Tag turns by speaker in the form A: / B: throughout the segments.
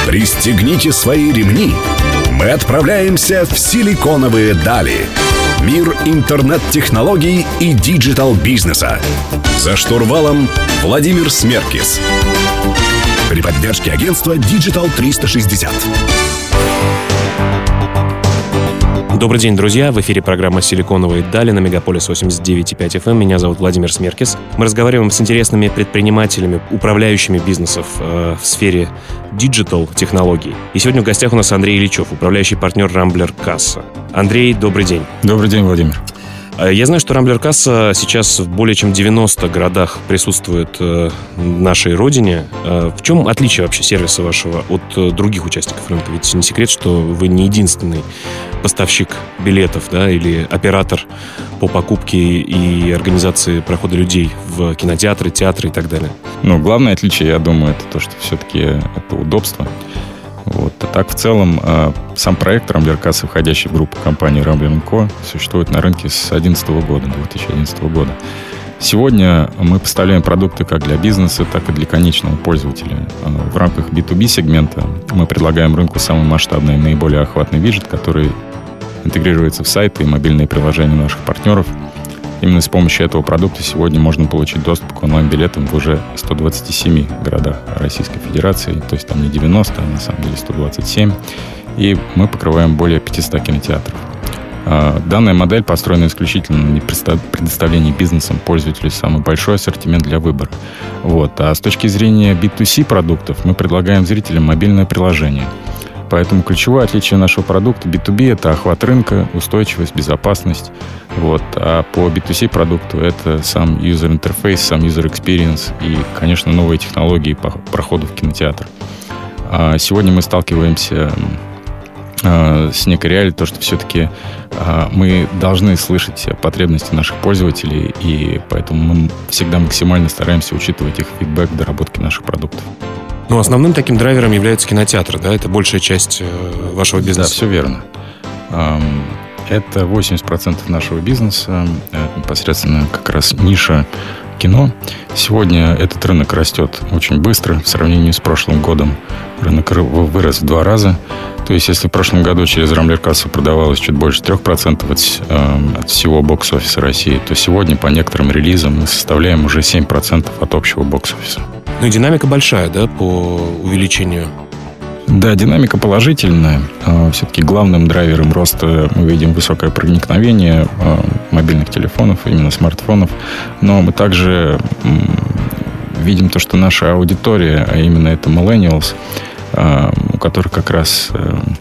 A: Пристегните свои ремни. Мы отправляемся в силиконовые дали. Мир интернет-технологий и диджитал-бизнеса. За штурвалом Владимир Смеркис. При поддержке агентства Digital 360.
B: Добрый день, друзья! В эфире программа «Силиконовые дали» на Мегаполис 89.5 FM. Меня зовут Владимир Смеркис. Мы разговариваем с интересными предпринимателями, управляющими бизнесов в сфере диджитал-технологий. И сегодня в гостях у нас Андрей Ильичев, управляющий партнер Rambler Kassa. Андрей, добрый день.
C: Добрый день, Владимир.
B: Я знаю, что Rambler Kassa сейчас в более чем 90 городах присутствует в нашей родине. В чем отличие вообще сервиса вашего от других участников рынка? Ведь не секрет, что вы не единственный поставщик билетов, да, или оператор по покупке и организации прохода людей в кинотеатры, театры и так далее.
C: Главное отличие, я думаю, это то, что все-таки это удобство. А так, в целом, сам проект Rambler Kassa, входящий в группу компании Rambler & Co., существует на рынке с 2011 года. Сегодня мы поставляем продукты как для бизнеса, так и для конечного пользователя. В рамках B2B сегмента мы предлагаем рынку самый масштабный и наиболее охватный виджет, который интегрируется в сайты и мобильные приложения наших партнеров. Именно с помощью этого продукта сегодня можно получить доступ к онлайн-билетам в уже 127 городах Российской Федерации. То есть там не 90, а на самом деле 127. И мы покрываем более 500 кинотеатров. Данная модель построена исключительно на предоставлении бизнесом пользователю самый большой ассортимент для выбора. А с точки зрения B2C продуктов мы предлагаем зрителям мобильное приложение. Поэтому ключевое отличие нашего продукта B2B – это охват рынка, устойчивость, безопасность. А по B2C продукту это сам user interface, сам user experience и, конечно, новые технологии по проходу в кинотеатр. Сегодня мы сталкиваемся с некой реалией, то, что все-таки мы должны слышать потребности наших пользователей, и поэтому мы всегда максимально стараемся учитывать их фидбэк в доработке наших продуктов.
B: Основным таким драйвером является кинотеатр, да? Это большая часть вашего бизнеса.
C: Да, все верно. Это 80% нашего бизнеса, непосредственно как раз ниша кино. Сегодня этот рынок растет очень быстро. В сравнении с прошлым годом рынок вырос в 2 раза. То есть, если в прошлом году через Rambler Kassa продавалось чуть больше 3% от всего бокс-офиса России, то сегодня по некоторым релизам мы составляем уже 7% от общего бокс-офиса.
B: И динамика большая, да, по увеличению?
C: Да, динамика положительная. Все-таки главным драйвером роста мы видим высокое проникновение мобильных телефонов, именно смартфонов. Но мы также видим то, что наша аудитория, а именно это millennials, которые как раз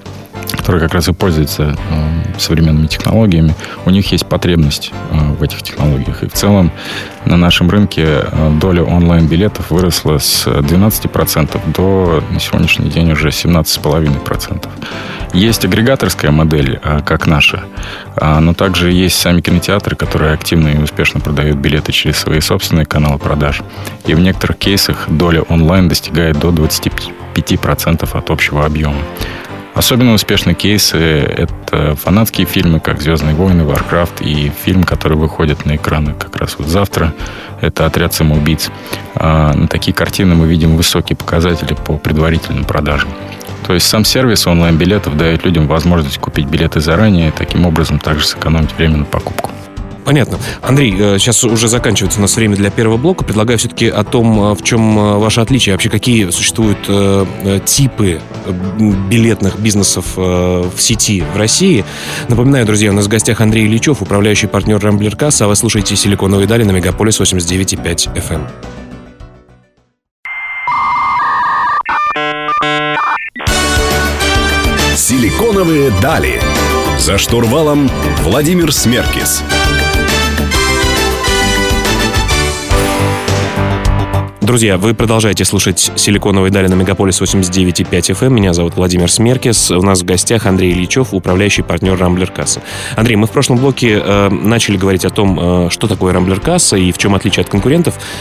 C: и пользуются современными технологиями, у них есть потребность в этих технологиях. И в целом на нашем рынке доля онлайн-билетов выросла с 12% до на сегодняшний день уже 17,5%. Есть агрегаторская модель, как наша, но также есть сами кинотеатры, которые активно и успешно продают билеты через свои собственные каналы продаж. И в некоторых кейсах доля онлайн достигает до 25% от общего объема. Особенно успешные кейсы – это фанатские фильмы, как «Звездные войны», «Warcraft», и фильм, который выходит на экраны как раз завтра – это «Отряд самоубийц». На такие картины мы видим высокие показатели по предварительным продажам. То есть сам сервис онлайн-билетов дает людям возможность купить билеты заранее и таким образом также сэкономить время на покупку.
B: Понятно. Андрей, сейчас уже заканчивается у нас время для первого блока. Предлагаю все-таки о том, в чем ваше отличие. Вообще, какие существуют типы билетных бизнесов в сети в России. Напоминаю, друзья, у нас в гостях Андрей Ильичев, управляющий партнер Rambler Kassa, а вы слушаете «Силиконовые дали» на Мегаполис 89.5 FM.
A: «Силиконовые дали». За штурвалом Владимир Смеркис.
B: Друзья, вы продолжаете слушать «Силиконовые дали» на Мегаполис 89.5 FM. Меня зовут Владимир Смеркис. У нас в гостях Андрей Ильичев, управляющий партнер Rambler Kassa. Андрей, мы в прошлом блоке начали говорить о том, что такое Rambler Kassa и в чем отличие от конкурентов.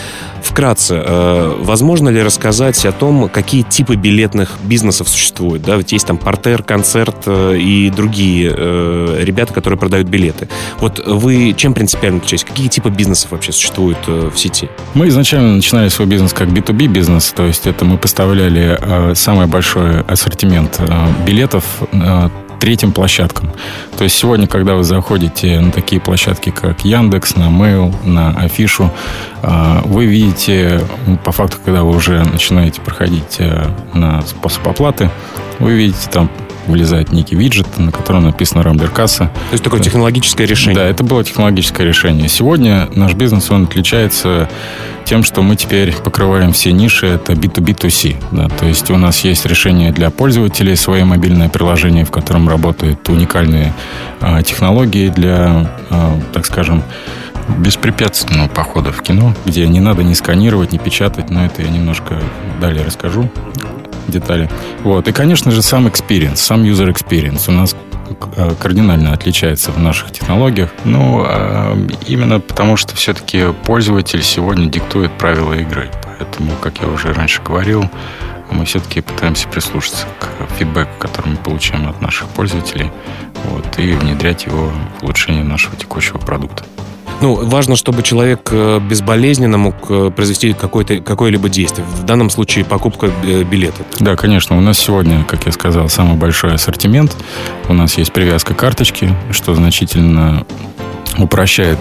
B: вкратце, возможно ли рассказать о том, какие типы билетных бизнесов существуют? Да? Ведь есть там Портер, Концерт и другие ребята, которые продают билеты. Вот вы чем принципиально отличаетесь? Какие типы бизнесов вообще существуют в сети?
C: Мы изначально начинали свой бизнес как B2B бизнес, то есть это мы поставляли самый большой ассортимент билетов третьим площадкам. То есть сегодня, когда вы заходите на такие площадки, как Яндекс, на Mail, на Афишу, вы видите, по факту, когда вы уже начинаете проходить на способ оплаты, вы видите, там вылезает некий виджет, на котором написано Рамблер Касса.
B: То есть такое технологическое решение?
C: Да, это было технологическое решение. Сегодня наш бизнес, он отличается тем, что мы теперь покрываем все ниши, это B2B2C. Да, то есть у нас есть решение для пользователей, свое мобильное приложение, в котором работают уникальные технологии для, так скажем, беспрепятственного похода в кино, где не надо ни сканировать, ни печатать, но это я немножко далее расскажу детали. Вот. И, конечно же, сам experience, сам user experience у нас кардинально отличается в наших технологиях. Именно потому, что все-таки пользователь сегодня диктует правила игры. Поэтому, как я уже раньше говорил, мы все-таки пытаемся прислушаться к фидбэку, который мы получаем от наших пользователей, и внедрять его в улучшение нашего текущего продукта.
B: Важно, чтобы человек безболезненно мог произвести какое-либо действие. В данном случае покупка билета.
C: Да, конечно. У нас сегодня, как я сказал, самый большой ассортимент. У нас есть привязка карточки, что значительно упрощает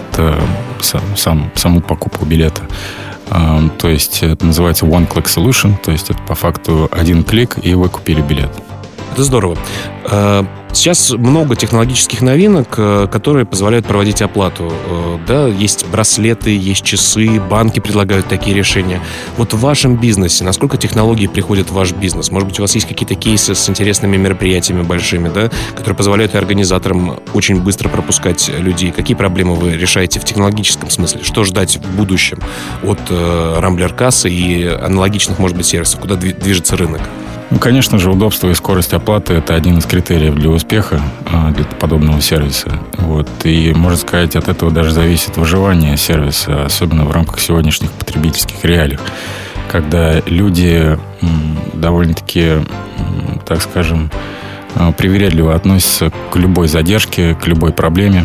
C: саму покупку билета. То есть это называется One Click Solution. То есть это по факту один клик, и вы купили билет.
B: Это здорово. Сейчас много технологических новинок, которые позволяют проводить оплату. Да, есть браслеты, есть часы, банки предлагают такие решения. Вот в вашем бизнесе, насколько технологии приходят в ваш бизнес? Может быть, у вас есть какие-то кейсы с интересными мероприятиями большими, да, которые позволяют организаторам очень быстро пропускать людей? Какие проблемы вы решаете в технологическом смысле? Что ждать в будущем от Рамблер Кассы и аналогичных, может быть, сервисов? Куда движется рынок?
C: Конечно же, удобство и скорость оплаты – это один из критериев для успеха для подобного сервиса. И, можно сказать, от этого даже зависит выживание сервиса, особенно в рамках сегодняшних потребительских реалий, когда люди довольно-таки, так скажем, привередливо относятся к любой задержке, к любой проблеме.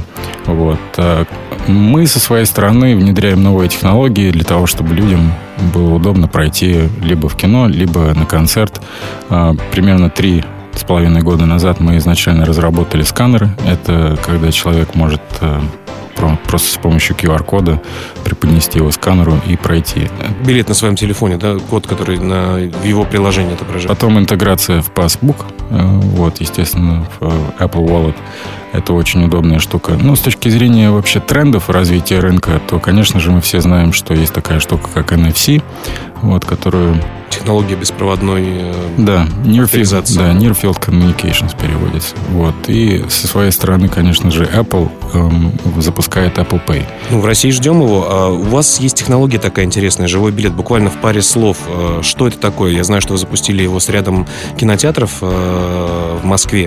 C: Мы со своей стороны внедряем новые технологии для того, чтобы людям было удобно пройти либо в кино, либо на концерт. Примерно 3,5 года назад мы изначально разработали сканеры. Это когда человек может просто с помощью QR-кода преподнести его сканеру и пройти.
B: Билет на своем телефоне, да? Код, который в его приложении отображается.
C: Потом интеграция в Passbook, естественно, в Apple Wallet. Это очень удобная штука. С точки зрения вообще трендов развития рынка, то, конечно же, мы все знаем, что есть такая штука, как NFC, которую...
B: Технология беспроводной
C: авторизации. Near Field Communications переводится. И со своей стороны, конечно же, Apple запускает Apple Pay.
B: В России ждем его. А у вас есть технология такая интересная, живой билет, буквально в паре слов. Что это такое? Я знаю, что вы запустили его с рядом кинотеатров в Москве.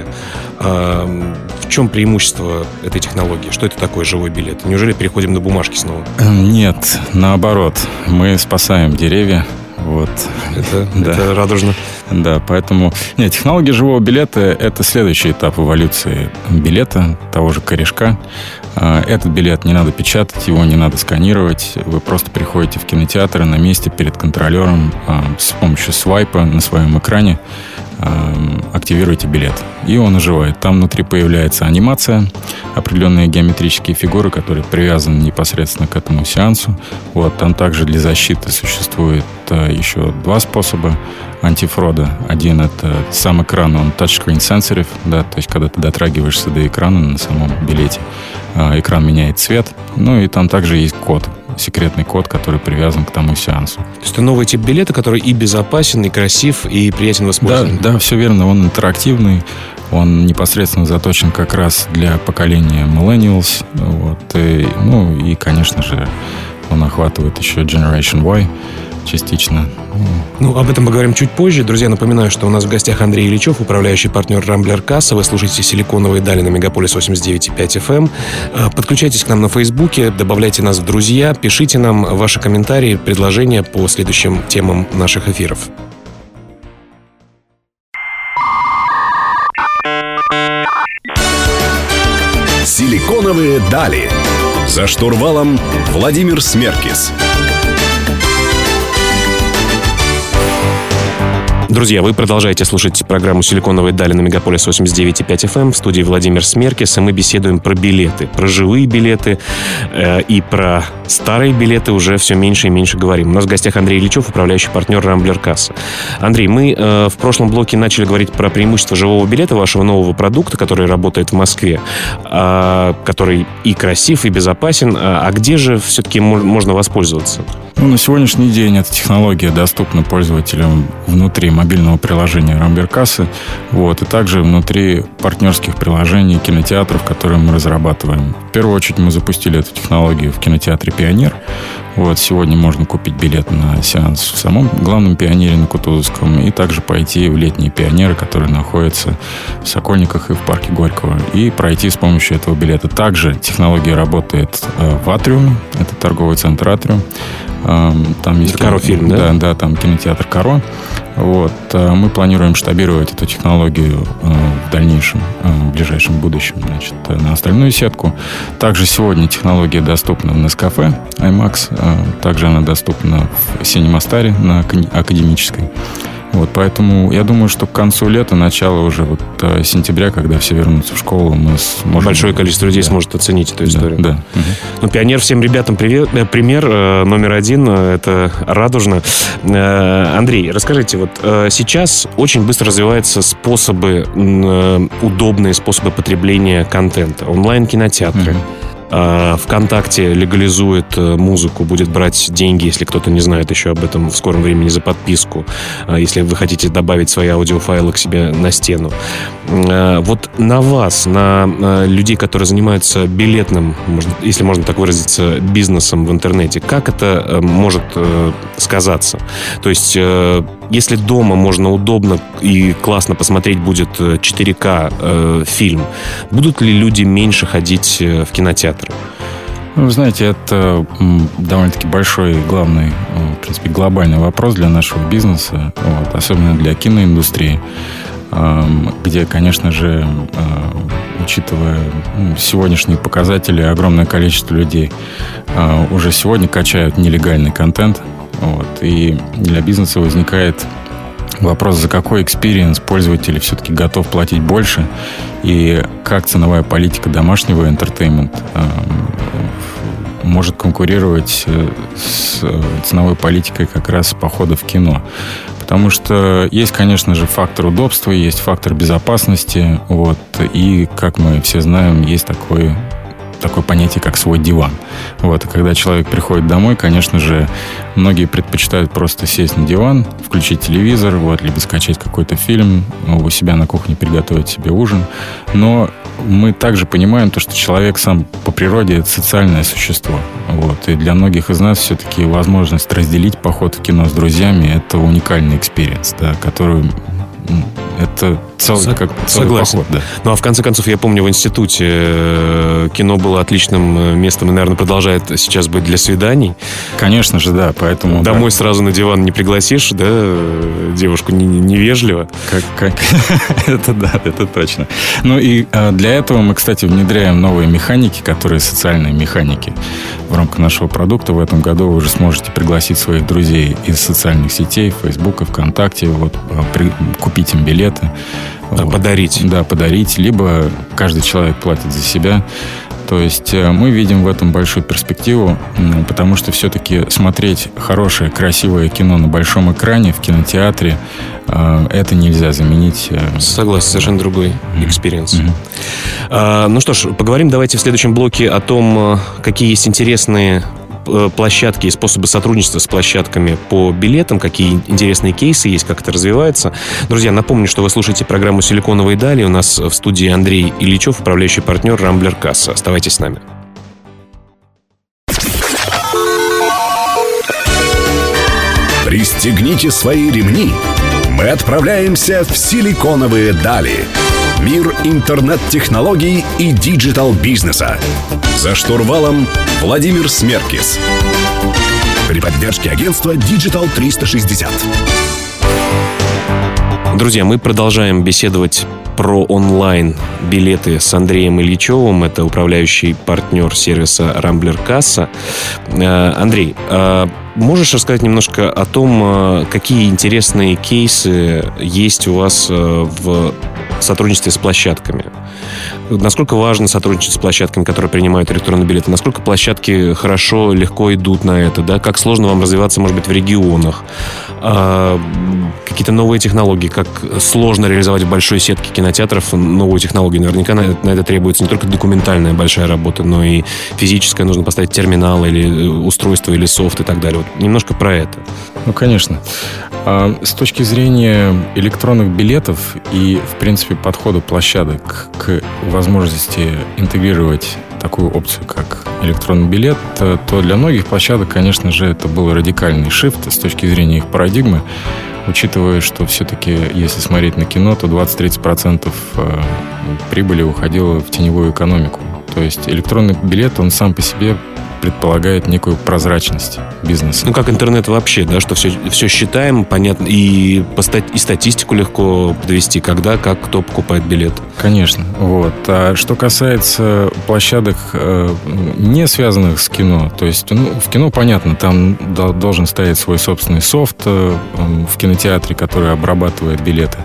B: В чем преимущество этой технологии? Что это такое живой билет? Неужели переходим на бумажки снова?
C: Нет, наоборот. Мы спасаем деревья.
B: Это радужно.
C: Да, поэтому... технология живого билета – это следующий этап эволюции билета, того же корешка. Этот билет не надо печатать, его не надо сканировать. Вы просто приходите в кинотеатр и на месте перед контролером с помощью свайпа на своем экране активируете билет, и он оживает. Там внутри появляется анимация, определенные геометрические фигуры, которые привязаны непосредственно к этому сеансу. Там также для защиты существует еще два способа антифрода. Один — это сам экран, он touchscreen sensitive, то есть когда ты дотрагиваешься до экрана на самом билете, экран меняет цвет. И там также есть код, секретный код, который привязан к тому сеансу. То
B: есть это новый тип билета, который и безопасен, и красив, и приятен в использовании.
C: Да, все верно. Он интерактивный, он непосредственно заточен как раз для поколения millennials. И, конечно же, он охватывает еще Generation Y. частично.
B: Ну, об этом поговорим чуть позже. Друзья, напоминаю, что у нас в гостях Андрей Ильичев, управляющий партнер Рамблер Касса. Вы слушаете «Силиконовые дали» на Мегаполис 89.5 FM. Подключайтесь к нам на Фейсбуке, добавляйте нас в друзья, пишите нам ваши комментарии, предложения по следующим темам наших эфиров.
A: «Силиконовые дали». За штурвалом Владимир Смеркис.
B: Друзья, вы продолжаете слушать программу «Силиконовые дали» на Мегаполис 89.5 FM. В студии Владимир Смеркис, и мы беседуем про билеты, про живые билеты и про старые билеты уже все меньше и меньше говорим. У нас в гостях Андрей Ильичев, управляющий партнер Рамблер Касса. Андрей, мы в прошлом блоке начали говорить про преимущество живого билета, вашего нового продукта, который работает в Москве, который и красив, и безопасен. А где же все-таки можно воспользоваться?
C: Ну, на сегодняшний день эта технология доступна пользователям внутри мобильного приложения Рамблер Кассы, и также внутри партнерских приложений кинотеатров, которые мы разрабатываем. В первую очередь мы запустили эту технологию в кинотеатре «Пионер». Сегодня можно купить билет на сеанс в самом главном «Пионере» на Кутузовском и также пойти в летние «Пионеры», которые находятся в Сокольниках и в парке Горького, и пройти с помощью этого билета. Также технология работает в «Атриуме», это торговый центр «Атриум». Там есть
B: Каро-фильм, да?
C: Да, там кинотеатр «Каро». Мы планируем масштабировать эту технологию в дальнейшем, в ближайшем будущем, на остальную сетку. Также сегодня технология доступна в Нескафе IMAX, также она доступна в Cinema Star на Академической. Поэтому я думаю, что к концу лета, начало уже сентября, когда все вернутся в школу, мы сможем...
B: Большое количество людей сможет оценить эту историю.
C: Да.
B: Ну, «Пионер» всем ребятам пример номер один. Это радужно. Андрей, расскажите, сейчас очень быстро развиваются удобные способы потребления контента. Онлайн-кинотеатры. ВКонтакте легализует музыку, будет брать деньги, если кто-то не знает еще об этом, в скором времени за подписку, если вы хотите добавить свои аудиофайлы к себе на стену. На вас, на людей, которые занимаются билетным, если можно так выразиться, бизнесом в интернете, как это может сказаться? То есть, если дома можно удобно и классно посмотреть будет 4К фильм, будут ли люди меньше ходить в кинотеатр?
C: Вы знаете, это довольно-таки большой, главный, в принципе, глобальный вопрос для нашего бизнеса, особенно для киноиндустрии, где, конечно же, учитывая сегодняшние показатели, огромное количество людей уже сегодня качают нелегальный контент, и для бизнеса возникает вопрос, за какой экспириенс пользователь все-таки готов платить больше, и как ценовая политика домашнего энтертеймента может конкурировать с ценовой политикой как раз похода в кино. Потому что есть, конечно же, фактор удобства, есть фактор безопасности, и, как мы все знаем, есть такое понятие, как свой диван. И когда человек приходит домой, конечно же, многие предпочитают просто сесть на диван, включить телевизор, либо скачать какой-то фильм, у себя на кухне приготовить себе ужин. Но мы также понимаем то, что человек сам по природе — это социальное существо. И для многих из нас все-таки возможность разделить поход в кино с друзьями — это уникальный экспириенс, который... Это целый поход, да.
B: Ну, а в конце концов, я помню, в институте кино было отличным местом и, наверное, продолжает сейчас быть для свиданий.
C: Конечно же, да, поэтому...
B: Домой сразу на диван не пригласишь, да, девушку невежливо.
C: Это да, это точно. Ну и для этого мы, кстати, внедряем новые механики, которые социальные механики. В рамках нашего продукта в этом году вы уже сможете пригласить своих друзей из социальных сетей, Фейсбука, ВКонтакте, купить им билеты.
B: Подарить.
C: Да, подарить. Либо каждый человек платит за себя. То есть мы видим в этом большую перспективу, потому что все-таки смотреть хорошее, красивое кино на большом экране в кинотеатре, это нельзя заменить.
B: Согласен, совершенно другой экспириенс. Ну что ж, поговорим давайте в следующем блоке о том, какие есть интересные площадки и способы сотрудничества с площадками по билетам, какие интересные кейсы есть, как это развивается. Друзья, напомню, что вы слушаете программу «Силиконовые дали». У нас в студии Андрей Ильичев, управляющий партнер Рамблер Касса. Оставайтесь с нами.
A: Пристегните свои ремни. Мы отправляемся в силиконовые дали. Мир интернет-технологий и диджитал-бизнеса. За штурвалом Владимир Смеркис. При поддержке агентства Digital 360.
B: Друзья, мы продолжаем беседовать про онлайн-билеты с Андреем Ильичевым. Это управляющий партнер сервиса Рамблер Касса. Андрей, можешь рассказать немножко о том, какие интересные кейсы есть у вас в сотрудничестве с площадками? Насколько важно сотрудничать с площадками, которые принимают электронные билеты? Насколько площадки хорошо, легко идут на это? Да? Как сложно вам развиваться, может быть, в регионах? Какие-то новые технологии? Как сложно реализовать в большой сетке кинотеатров новую технологию? Наверняка на это требуется не только документальная большая работа, но и физическая. Нужно поставить терминал или устройство, или софт и так далее. Вот немножко про это.
C: Ну, конечно. С точки зрения электронных билетов и, в принципе, подхода площадок к возможности интегрировать такую опцию, как электронный билет, то для многих площадок, конечно же, это был радикальный шифт с точки зрения их парадигмы, учитывая, что все-таки, если смотреть на кино, то 20-30% прибыли уходило в теневую экономику. То есть электронный билет, он сам по себе предполагает некую прозрачность бизнеса.
B: Ну, как интернет вообще, да, что все считаем, понятно, и статистику легко подвести, когда, как, кто покупает билет.
C: Конечно, вот. А что касается площадок, не связанных с кино, то есть, в кино, понятно, там должен стоять свой собственный софт в кинотеатре, который обрабатывает билеты.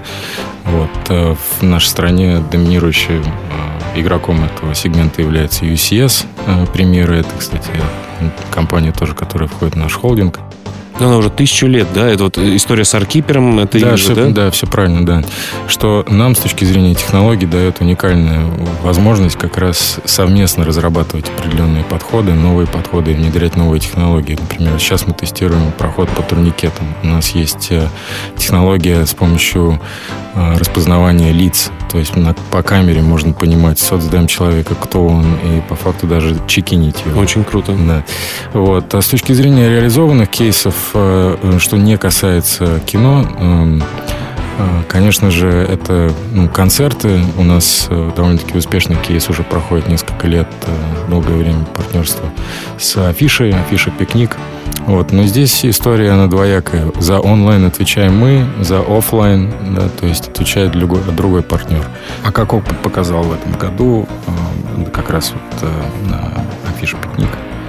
C: Вот. В нашей стране доминирующим игроком этого сегмента является UCS. Примеры это, кстати, компания тоже, которая входит в наш холдинг.
B: Но она уже 1000 лет, да? Это вот история с Аркипером, это
C: да,
B: же,
C: да? Да, все правильно, да. Что нам с точки зрения технологий дает уникальную возможность как раз совместно разрабатывать определенные подходы, новые подходы и внедрять новые технологии. Например, сейчас мы тестируем проход по турникетам. У нас есть технология с помощью распознавания лиц. То есть по камере можно понимать соцдем человека, кто он, и по факту даже чекинить его.
B: Очень круто.
C: Да. Вот. А с точки зрения реализованных кейсов, что не касается кино, конечно же, это концерты. У нас довольно-таки успешный кейс уже проходит несколько лет, долгое время партнерства с Афишей, Афиша «Пикник». Вот. Но здесь история, она двоякая. За онлайн отвечаем мы, за офлайн, да, то есть отвечает другой партнер. А как опыт показал в этом году, как раз вот на Афише «Пикник»,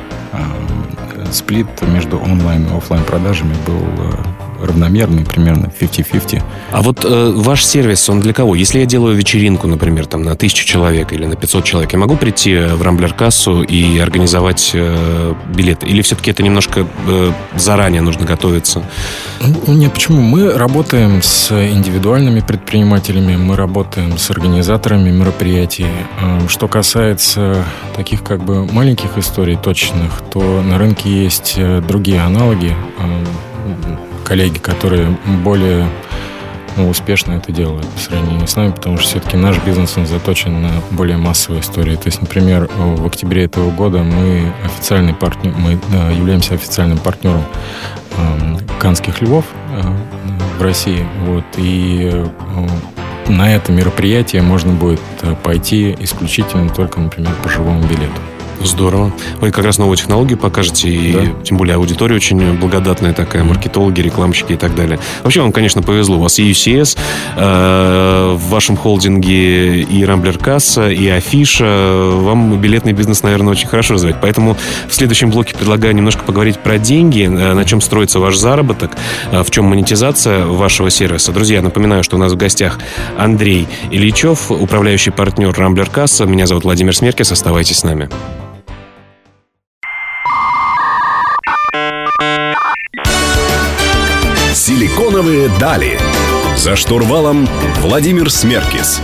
C: сплит между онлайн и офлайн продажами был равномерный, примерно 50-50.
B: А вот ваш сервис, он для кого? Если я делаю вечеринку, например, там, на 1000 человек или на 500 человек, я могу прийти в Рамблер-кассу и организовать билеты? Или все-таки это немножко заранее нужно готовиться?
C: Нет, почему? Мы работаем с индивидуальными предпринимателями, мы работаем с организаторами мероприятий. Что касается таких как бы маленьких историй точных, то на рынке есть другие аналоги, коллеги, которые более успешно это делают по сравнению с нами, потому что все-таки наш бизнес, он заточен на более массовые истории. То есть, например, в октябре этого года мы являемся официальным партнером «Каннских львов» в России. Вот, и на это мероприятие можно будет пойти исключительно только, например, по живому билету.
B: Здорово. Вы как раз новую технологию покажете, и да. Тем более аудитория очень благодатная такая, маркетологи, рекламщики и так далее. Вообще вам, конечно, повезло. У вас и UCS в вашем холдинге, и Рамблер Касса, и Афиша. Вам билетный бизнес, наверное, очень хорошо развивать. Поэтому в следующем блоке предлагаю немножко поговорить про деньги, на чем строится ваш заработок, в чем монетизация вашего сервиса. Друзья, напоминаю, что у нас в гостях Андрей Ильичев, управляющий партнер Рамблер Касса. Меня зовут Владимир Смеркис. Оставайтесь с нами.
A: Силиконовые дали. За штурвалом Владимир Смеркис.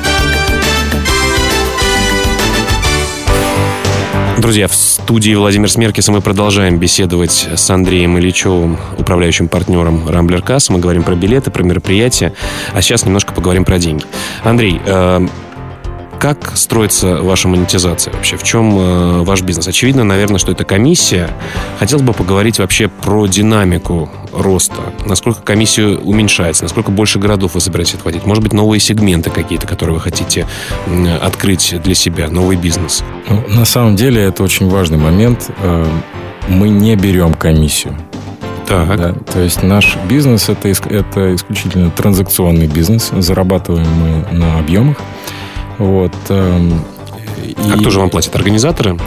B: Друзья, в студии Владимир Смеркис, и мы продолжаем беседовать с Андреем Ильичевым, управляющим партнером Рамблер Касс. Мы говорим про билеты, про мероприятия, а сейчас немножко поговорим про деньги. Андрей, Как строится ваша монетизация вообще? В чем ваш бизнес? Очевидно, наверное, что это комиссия. Хотелось бы поговорить вообще про динамику роста. Насколько комиссия уменьшается, насколько больше городов вы собираетесь отхватить. Может быть, новые сегменты какие-то, которые вы хотите открыть для себя, новый бизнес.
C: На самом деле это очень важный момент. Мы не берем комиссию.
B: Так.
C: Да, то есть наш бизнес это исключительно транзакционный бизнес. Зарабатываем мы на объемах. Вот.
B: Кто же вам платит? Организаторы?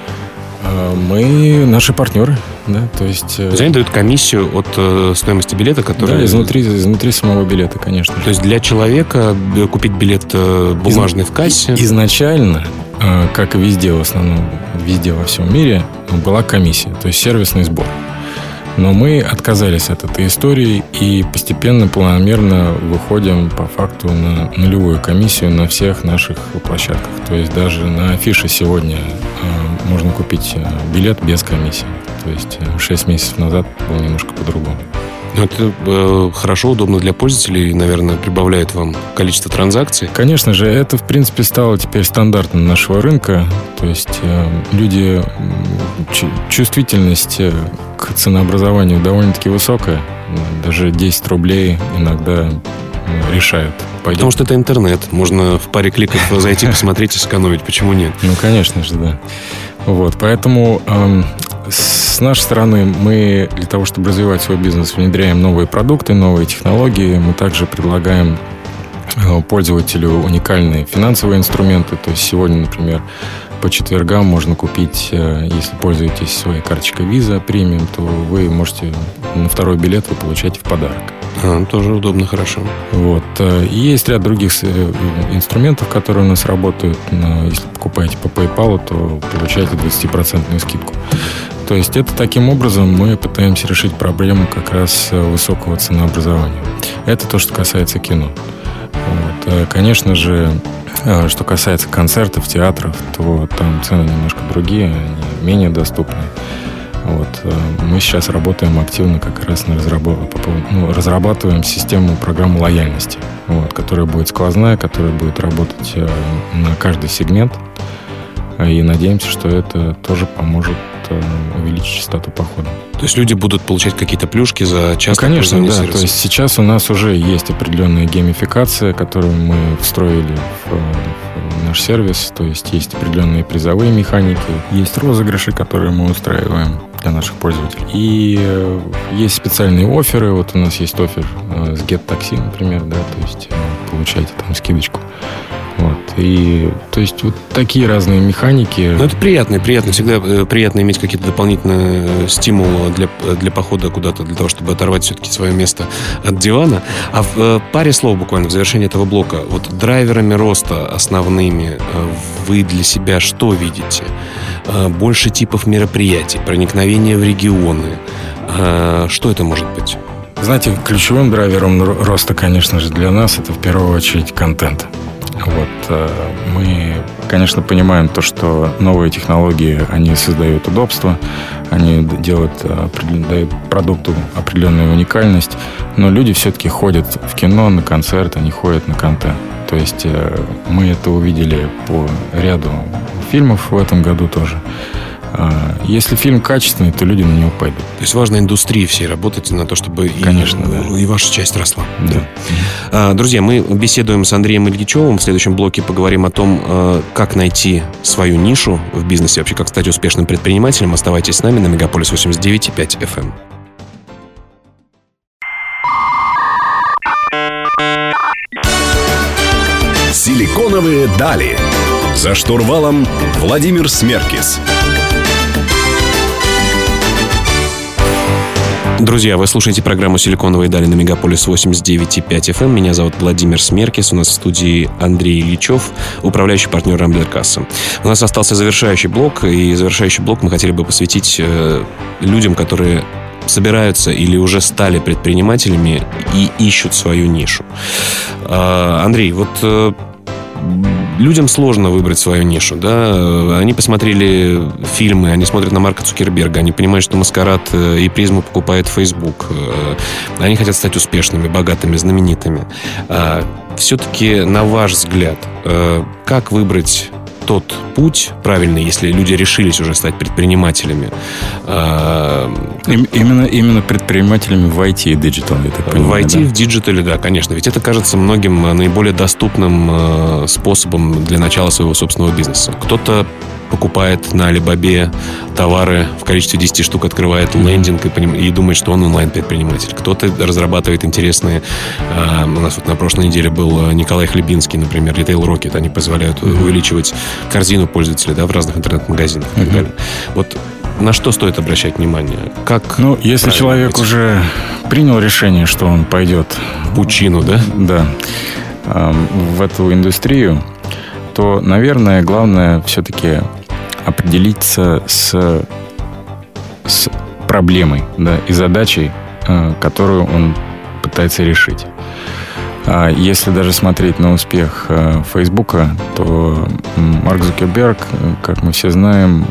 C: Мы наши партнеры. Да, то есть
B: они дают комиссию от стоимости билета, который...
C: Да, изнутри самого билета, конечно.
B: То есть для человека купить билет бумажный в кассе...
C: Изначально, как и везде, в основном, везде во всем мире, была комиссия, то есть сервисный сбор. Но мы отказались от этой истории и постепенно, планомерно выходим по факту на нулевую комиссию на всех наших площадках. То есть даже на афише сегодня можно купить билет без комиссии. То есть 6 месяцев назад было немножко по-другому.
B: Это хорошо, удобно для пользователей, наверное, прибавляет вам количество транзакций.
C: Конечно же, это, в принципе, стало теперь стандартом нашего рынка. То есть люди, чувствительность к ценообразованию довольно-таки высокая. Даже 10 рублей иногда решают.
B: Потому что это интернет. Можно в паре кликов зайти, посмотреть и сэкономить. Почему нет?
C: Ну, конечно же, да. Вот, поэтому с нашей стороны мы для того, чтобы развивать свой бизнес, внедряем новые продукты, новые технологии. Мы также предлагаем пользователю уникальные финансовые инструменты. То есть сегодня, например, по четвергам можно купить, если пользуетесь своей карточкой Visa Premium, то вы можете на второй билет вы получаете в подарок.
B: Тоже удобно, хорошо.
C: Вот. И есть ряд других инструментов, которые у нас работают. Если покупаете по PayPal, то получаете 20% скидку. То есть это таким образом мы пытаемся решить проблему как раз высокого ценообразования. Это то, что касается кино. Вот. Конечно же, что касается концертов, театров, то там цены немножко другие, они менее доступны. Вот. Мы сейчас работаем активно как раз разрабатываем систему, программу лояльности, вот, которая будет сквозная, которая будет работать на каждый сегмент. И надеемся, что это тоже поможет увеличить частоту похода.
B: То есть люди будут получать какие-то плюшки за частное
C: пользование сервисом? То есть сейчас у нас уже есть определенная геймификация, которую мы встроили в наш сервис. То есть есть определенные призовые механики, есть розыгрыши, которые мы устраиваем для наших пользователей. И есть специальные офферы. Вот у нас есть оффер с GetTaxi, например, да, то есть получаете там скидочку. Вот. И, то есть, вот такие разные механики.
B: Ну, это приятно. Всегда приятно иметь какие-то дополнительные стимулы для похода куда-то, для того, чтобы оторвать все-таки свое место от дивана. А в паре слов буквально в завершении этого блока. Вот драйверами роста основными вы для себя что видите? Больше типов мероприятий, проникновение в регионы. Что это может быть?
C: Знаете, ключевым драйвером роста, конечно же, для нас это в первую очередь контент. Вот. Мы, конечно, понимаем то, что новые технологии, они создают удобство, они дают продукту определенную уникальность, но люди все-таки ходят в кино, на концерт, они ходят на контент. То есть мы это увидели по ряду фильмов в этом году тоже. Если фильм качественный, то люди на него пойдут.
B: То есть важно индустрии всей работать на то, чтобы
C: конечно,
B: и ваша часть росла.
C: Да.
B: Друзья, мы беседуем с Андреем Ильичевым. В следующем блоке поговорим о том, как найти свою нишу в бизнесе, вообще как стать успешным предпринимателем. Оставайтесь с нами на Мегаполис 89.5 FM.
A: Силиконовые дали. За штурвалом Владимир Смеркис.
B: Друзья, вы слушаете программу «Силиконовые дали» на Мегаполис 89.5 FM. Меня зовут Владимир Смеркис. У нас в студии Андрей Ильичев, управляющий партнер Рамблер-кассы. У нас остался завершающий блок, и завершающий блок мы хотели бы посвятить людям, которые собираются или уже стали предпринимателями и ищут свою нишу. Андрей, вот людям сложно выбрать свою нишу, да. Они посмотрели фильмы, они смотрят на Марка Цукерберга, они понимают, что Маскарад и Призму покупает Facebook. Они хотят стать успешными, богатыми, знаменитыми. Все-таки, на ваш взгляд, как выбрать тот путь правильный, если люди решились уже стать предпринимателями?
C: Именно предпринимателями в IT и диджитал, я так понимаю.
B: В IT, да? В диджитале, да, конечно. Ведь это кажется многим наиболее доступным способом для начала своего собственного бизнеса. Кто-то покупает на Алибабе товары в количестве 10 штук, открывает лендинг и думает, что он онлайн-предприниматель. Кто-то разрабатывает интересные... У нас вот на прошлой неделе был Николай Хлебинский, например, Retail Rocket. Они позволяют увеличивать корзину пользователей, да, в разных интернет-магазинах и так далее. Вот на что стоит обращать внимание?
C: Если человек уже принял решение, что он пойдет
B: в пучину, да?
C: Да. В эту индустрию, то, наверное, главное все-таки определиться с проблемой, да, и задачей, которую он пытается решить. Если даже смотреть на успех Фейсбука, то Марк Цукерберг, как мы все знаем,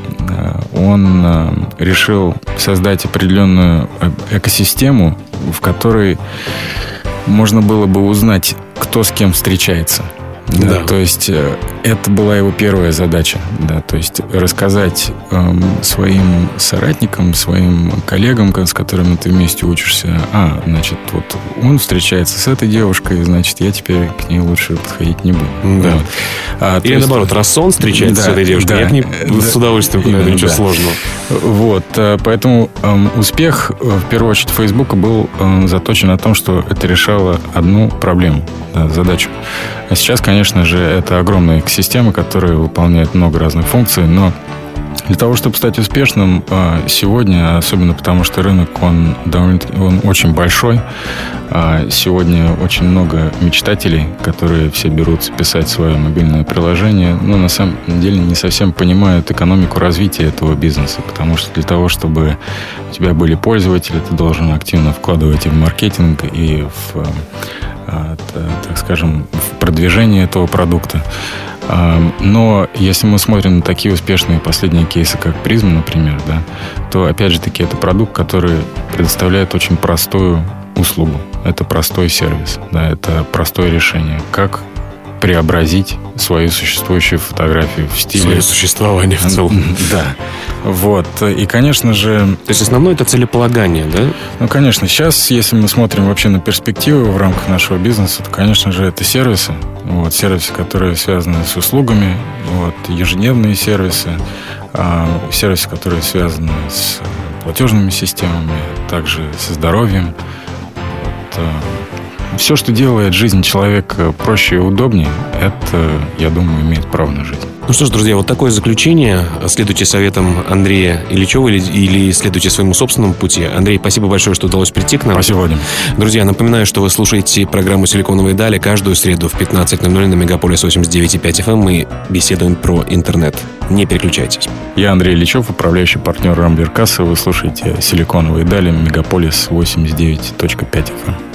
C: он решил создать определенную экосистему, в которой можно было бы узнать, кто с кем встречается. Да. То есть это была его первая задача, да, то есть рассказать своим соратникам, своим коллегам, с которыми ты вместе учишься, значит, вот он встречается с этой девушкой, значит, я теперь к ней лучше подходить не буду.
B: Да. Или наоборот, раз он встречается с этой девушкой, я к ней с удовольствием подойду, ничего сложного.
C: Вот, поэтому успех, в первую очередь, Фейсбука был заточен на том, что это решало одну проблему, да, задачу. А сейчас, конечно же, это огромная экосистема, которая выполняет много разных функций, но для того, чтобы стать успешным сегодня, особенно потому, что рынок, он очень большой, сегодня очень много мечтателей, которые все берутся писать свое мобильное приложение, но на самом деле не совсем понимают экономику развития этого бизнеса, потому что для того, чтобы у тебя были пользователи, ты должен активно вкладывать и в маркетинг, и в, так скажем, в продвижение этого продукта. Но если мы смотрим на такие успешные последние кейсы, как Призма, например, да, то, опять же таки, это продукт, который предоставляет очень простую услугу. Это простой сервис, да, это простое решение. Как преобразить свою существующую фотографию в стиле...
B: Свое существование в целом.
C: Да. Вот. И, конечно же...
B: То есть основное это целеполагание, да?
C: Ну, конечно. Сейчас, если мы смотрим вообще на перспективы в рамках нашего бизнеса, то, конечно же, это сервисы. Вот. Сервисы, которые связаны с услугами, вот. Ежедневные сервисы, сервисы, которые связаны с платежными системами, также со здоровьем. Вот. Все, что делает жизнь человека проще и удобнее, это, я думаю, имеет право на жизнь.
B: Ну что ж, друзья, вот такое заключение. Следуйте советам Андрея Ильичева или следуйте своему собственному пути. Андрей, спасибо большое, что удалось прийти к нам.
C: Спасибо, Вадим.
B: Друзья, напоминаю, что вы слушаете программу «Силиконовые дали» каждую среду в 15:00 на Мегаполис 89.5 FM. Мы беседуем про интернет. Не переключайтесь.
C: Я Андрей Ильичев, управляющий партнер Рамблер Кассы. Вы слушаете «Силиконовые дали», Мегаполис 89.5 FM.